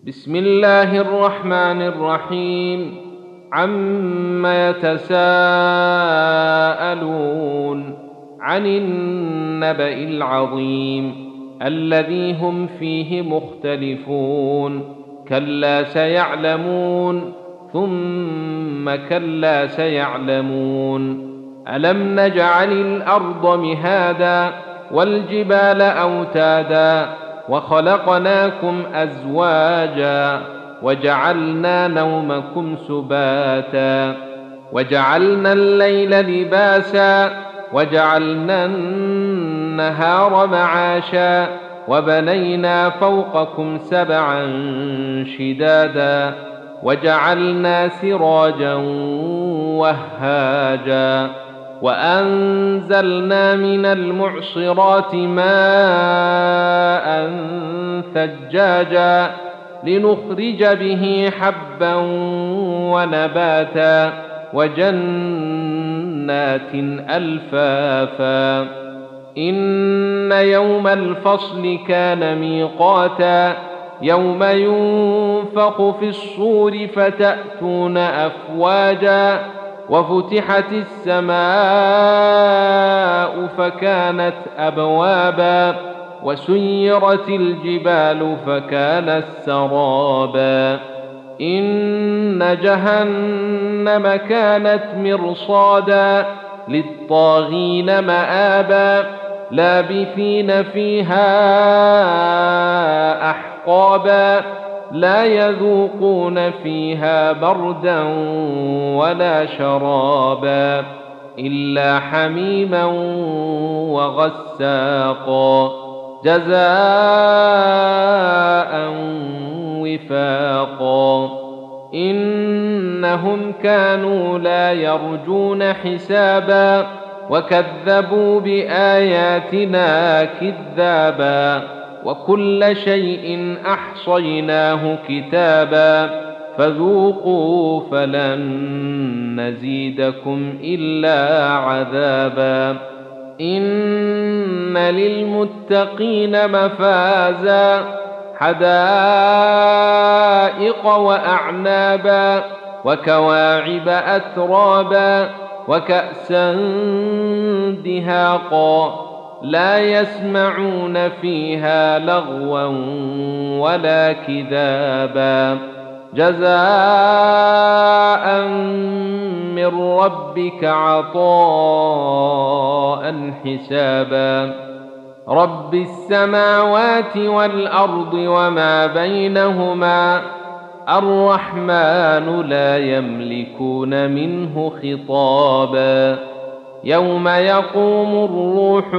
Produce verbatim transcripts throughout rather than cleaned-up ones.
بسم الله الرحمن الرحيم. عم يتساءلون عن النبأ العظيم الذي هم فيه مختلفون. كلا سيعلمون ثم كلا سيعلمون. ألم نجعل الأرض مهادا والجبال أوتادا وخلقناكم أزواجا وجعلنا نومكم سباتا وجعلنا الليل لباسا وجعلنا النهار معاشا وبنينا فوقكم سبعا شدادا وجعلنا سراجا وهاجا وأنزلنا من المعصرات ماء ثجاجا لنخرج به حبا ونباتا وجنات ألفافا. إن يوم الفصل كان ميقاتا يوم ينفخ في الصور فتأتون أفواجا وفتحت السماء فكانت أبوابا وسيرت الجبال فكانت سرابا. إن جهنم كانت مرصادا للطاغين مآبا لابثين فيها أحقابا لا يذوقون فيها بردا ولا شرابا إلا حميما وغساقا جزاء وفاقا. إنهم كانوا لا يرجون حسابا وكذبوا بآياتنا كذابا وكل شيء أحصيناه كتابا فذوقوا فلن نزيدكم إلا عذابا. إن للمتقين مفازا حدائق وأعنابا وكواعب أترابا وكأسا دهاقا لا يسمعون فيها لغوا ولا كذابا جزاء من ربك عطاء حسابا. رب السماوات والأرض وما بينهما الرحمن لا يملكون منه خطابا. يوم يقوم الروح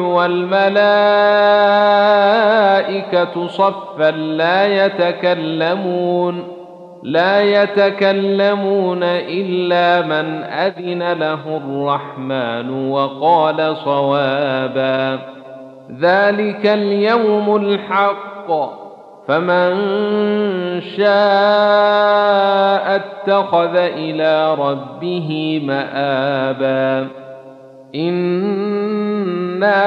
والملائكة صفا لا يتكلمون لا يتكلمون إلا من أذن له الرحمن وقال صوابا. ذلك اليوم الحق فمن شاء اتخذ إلى ربه مآبا. إنا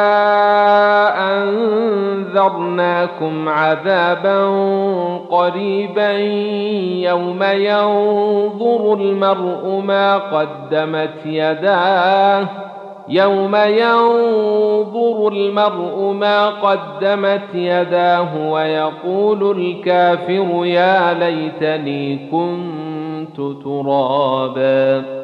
أنذرناكم عذابا قريبا يوم ينظر المرء ما قدمت يداه يوم ينظر المرء ما قدمت يداه ويقول الكافر يا ليتني كنت ترابا.